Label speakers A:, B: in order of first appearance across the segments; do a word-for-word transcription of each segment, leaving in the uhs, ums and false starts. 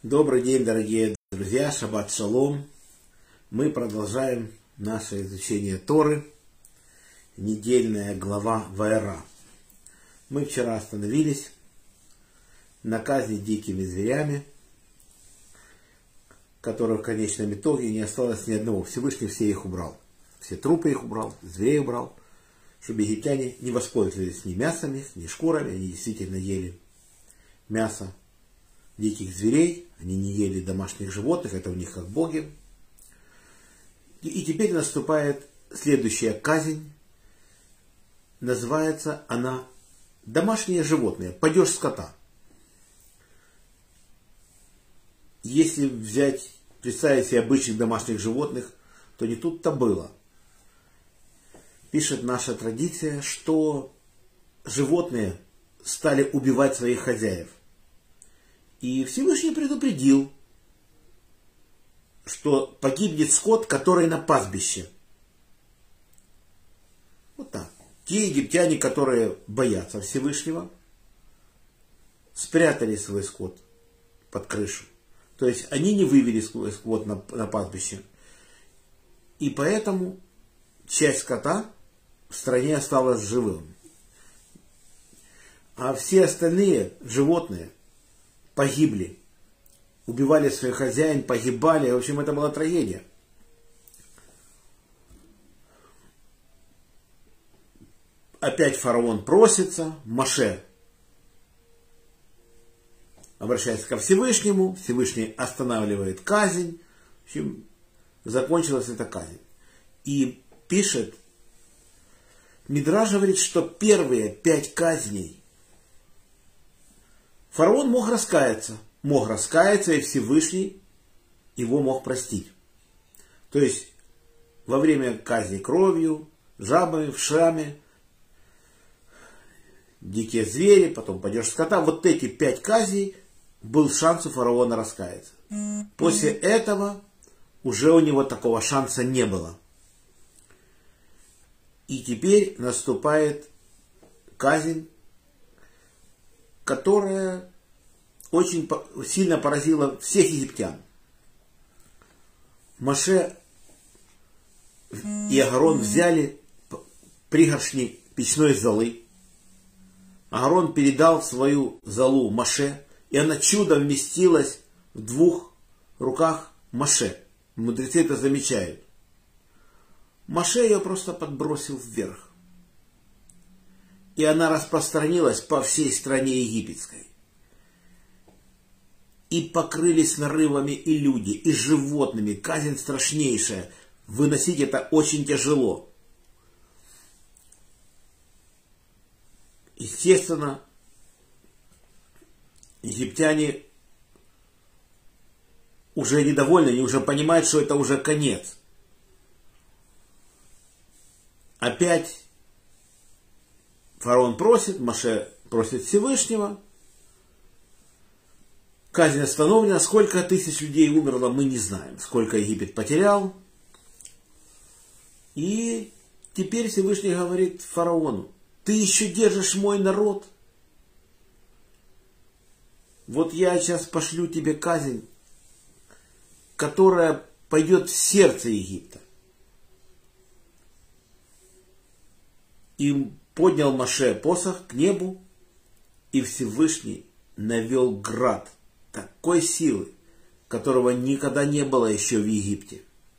A: Добрый день, дорогие друзья, шаббат шалом. Мы продолжаем наше изучение Торы, недельная глава Ваэра. Мы вчера остановились на казни дикими зверями, которых в конечном итоге не осталось ни одного. Всевышний все их убрал. Все трупы их убрал, зверей убрал, чтобы египтяне не воспользовались ни мясом их, ни шкурами. Они действительно ели мясо диких зверей, они не ели домашних животных, это у них как боги. И, и теперь наступает следующая казнь. Называется она «Домашние животные», падеж скота. Если взять, представить себе обычных домашних животных, то не тут-то было. Пишет наша традиция, что животные стали убивать своих хозяев. И Всевышний предупредил, что погибнет скот, который на пастбище. Вот так. Те египтяне, которые боятся Всевышнего, спрятали свой скот под крышу. То есть они не вывели свой скот на, на пастбище. И поэтому часть скота в стране осталась живым. А все остальные животные погибли. Убивали своих хозяин, погибали. В общем, это была трагедия. Опять фараон просится. Моше обращается ко Всевышнему. Всевышний останавливает казнь. В общем, закончилась эта казнь. И пишет, Мидраш говорит, что первые пять казней фараон мог раскаяться. Мог раскаяться, и Всевышний его мог простить. То есть, во время казни кровью, жабами, вшами, дикие звери, потом падеж скота, вот эти пять казней, был шанс у фараона раскаяться. После этого уже у него такого шанса не было. И теперь наступает казнь, которая очень сильно поразила всех египтян. Моше и Аарон взяли пригоршни печной золы. Аарон передал свою золу Моше, и она чудом вместилась в двух руках Моше. Мудрецы это замечают. Моше ее просто подбросил вверх. И она распространилась по всей стране египетской. И покрылись нарывами и люди, и животными. Казнь страшнейшая. Выносить это очень тяжело. Естественно, египтяне уже недовольны, они уже понимают, что это уже конец. Опять фараон просит, Моше просит Всевышнего. Казнь остановлена. Сколько тысяч людей умерло, мы не знаем. Сколько Египет потерял. И теперь Всевышний говорит фараону: ты еще держишь мой народ. Вот я сейчас пошлю тебе казнь, которая пойдет в сердце Египта. И поднял Моше посох к небу, и Всевышний навел град такой силы, которого никогда не было еще в Египте.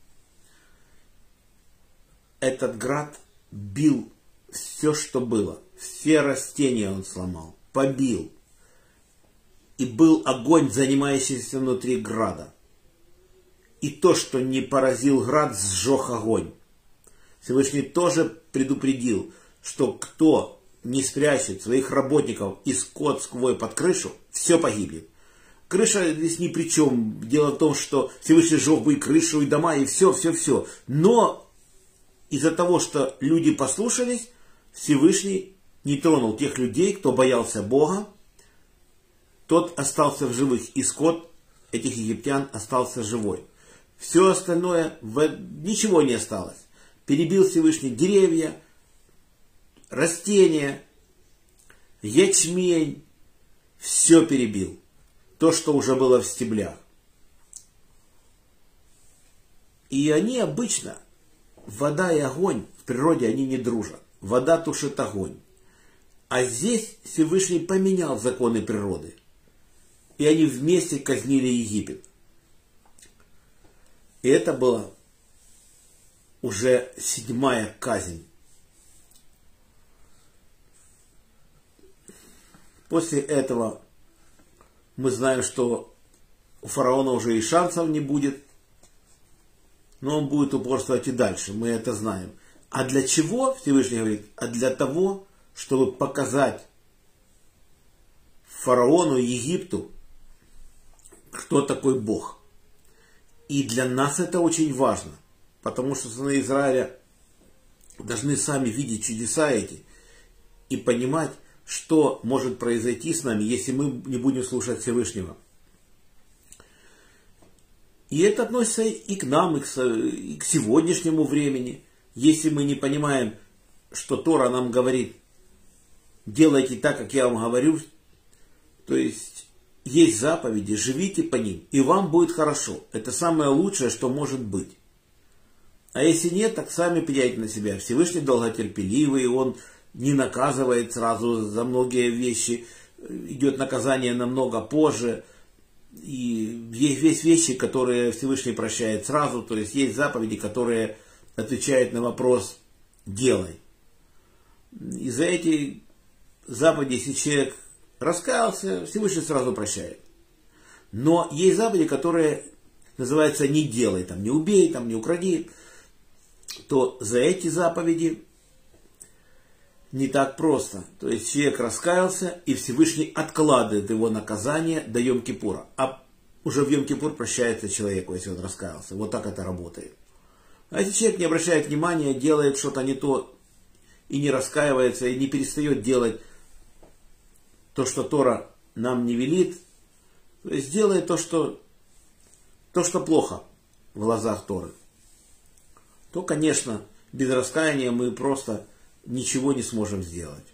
A: Этот град бил все, что было. Все растения он сломал, побил. И был огонь, занимающийся внутри града. И то, что не поразил град, сжег огонь. Всевышний тоже предупредил, что кто не спрячет своих работников и скот сквозь под крышу, все погибнет. Крыша здесь ни при чем. Дело в том, что Всевышний сжег бы и крышу, и дома, и все, все, все. Но из-за того, что люди послушались, Всевышний не тронул тех людей, кто боялся Бога. Тот остался в живых, и скот этих египтян остался живой. Все остальное, ничего не осталось. Перебил Всевышний деревья, растения, ячмень, все перебил. то, что уже было в стеблях. И они обычно, вода и огонь, в природе они не дружат. Вода тушит огонь. А здесь Всевышний поменял законы природы. И они вместе казнили Египет. И это была уже седьмая казнь. После этого мы знаем, что у фараона уже и шансов не будет. Но он будет упорствовать и дальше. Мы это знаем. А для чего, Всевышний говорит? А для того, чтобы показать фараону, Египту, кто такой Бог. И для нас это очень важно. Потому что сыны Израиля должны сами видеть чудеса эти и понимать, что может произойти с нами, если мы не будем слушать Всевышнего. И это относится и к нам, и к сегодняшнему времени. Если мы не понимаем, что Тора нам говорит, делайте так, как я вам говорю, то есть есть заповеди, живите по ним, и вам будет хорошо. Это самое лучшее, что может быть. А если нет, так сами пеняйте на себя. Всевышний долготерпеливый, он не наказывает сразу за многие вещи, идет наказание намного позже. И есть вещи, которые Всевышний прощает сразу, то есть есть заповеди, которые отвечают на вопрос «делай». И за эти заповеди, если человек раскаялся, Всевышний сразу прощает. Но есть заповеди, которые называются «не делай», там, «не убей», там, «не укради», то за эти заповеди не так просто. То есть человек раскаялся, и Всевышний откладывает его наказание до Йом-Кипура. А уже в Йом-Кипур прощается человеку, если он раскаялся. Вот так это работает. А если человек не обращает внимания, делает что-то не то, и не раскаивается, и не перестает делать то, что Тора нам не велит, то есть делает то, что, то, что плохо в глазах Торы, то, конечно, без раскаяния мы просто ничего не сможем сделать.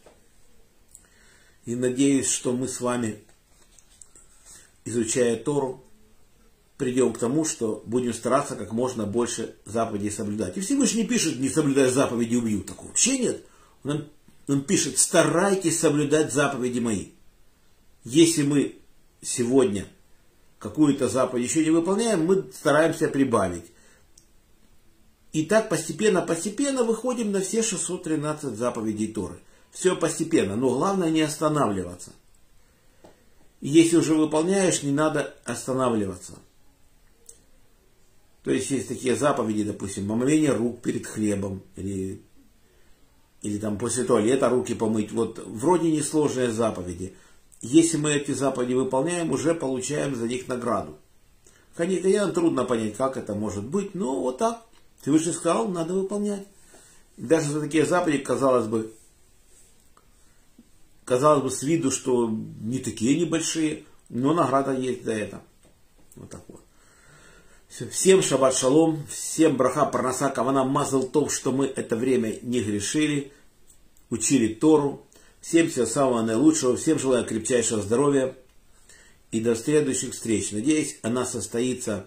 A: И надеюсь, что мы с вами, изучая Тору, придем к тому, что будем стараться как можно больше заповедей соблюдать. И Всевышний пишет, не соблюдая заповеди, убью. Такого вообще нет. Он, он пишет, старайтесь соблюдать заповеди мои. Если мы сегодня какую-то заповедь еще не выполняем, мы стараемся прибавить. И так постепенно, постепенно выходим на все шестьсот тринадцать заповедей Торы. Все постепенно, но главное не останавливаться. И если уже выполняешь, не надо останавливаться. То есть есть такие заповеди, допустим, омовение рук перед хлебом, или, или там после туалета руки помыть. Вот вроде несложные заповеди. Если мы эти заповеди выполняем, уже получаем за них награду. Конечно, трудно понять, как это может быть, но вот так. Всевышний сказал, надо выполнять. Даже за такие заповеди, казалось бы, казалось бы с виду, что не такие небольшие, но награда есть за это. Вот так вот. Всем шаббат шалом, всем браха парнаса кавана мазал том, что мы это время не грешили, учили Тору. Всем всего самого наилучшего, всем желаю крепчайшего здоровья и до следующих встреч. Надеюсь, она состоится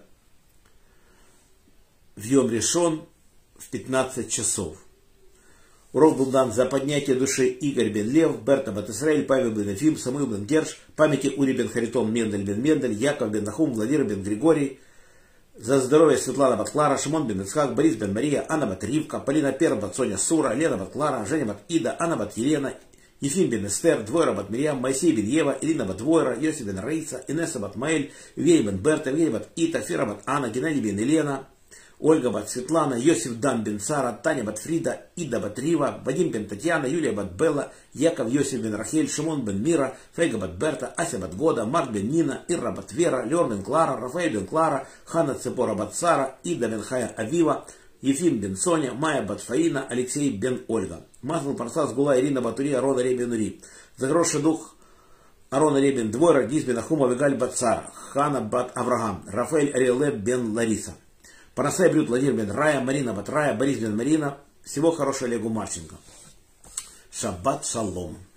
A: в Йом Ришон в пятнадцать часов. Урок был дан за поднятие души Игорь бен Лев, Берта бат Исраэль, Павел бен Ефим, Самуил бен Герш, памяти Ури бен Харитон, Мендель бен Мендель, Яков бен Нахум, Владимир бен Григорий, за здоровье Светлана бат Клара, Шимон бен Ицхак, Борис бен Мария, Анна бат Ривка, Полина Пер бат Соня Сура, Лена бат Клара, Женя бат Ида, Анна бат Елена, Ефим бен Эстер, Двойра бат Мирьям, Моисей бен Ева, Ирина бат Двойра, Йосиф бен Раиса, Инесса бат Маэль, Евгений бен Берта, Евгений бат Ита, Фера бат Анна, Геннадий бен Елена, Ольга бат Светлана, Йосиф Дан бен Сара, Таня бат Фрида, Ида бат Рива, Вадим бен Татьяна, Юлия бат Белла, Яков Йосиф бен Рахель, Шимон бен Мира, Фейга бат Берта, Ася бат Года, Марк бен Нина, Ирра бат Вера, Леон бен Клара, Рафаэль бен Клара, Хана Цепора бат Сара, Ида бен Хая Авива, Ефим бен Соня, Майя бат Фаина, Алексей бен Ольга. Мазл Парсас Гула, Ирина Батури, Арона Ребен Ури. Загроший дух Арона Ребен Двойра, Диз бен Ахума, Вигаль бат Сара, Хана бат Авраам, Рафаэль Ариэле бен Лариса. Парасай Брют, Владимир бен Рая, Марина бат Рая, Борис бен Марина. Всего хорошего Олегу Марченко. Шаббат шалом.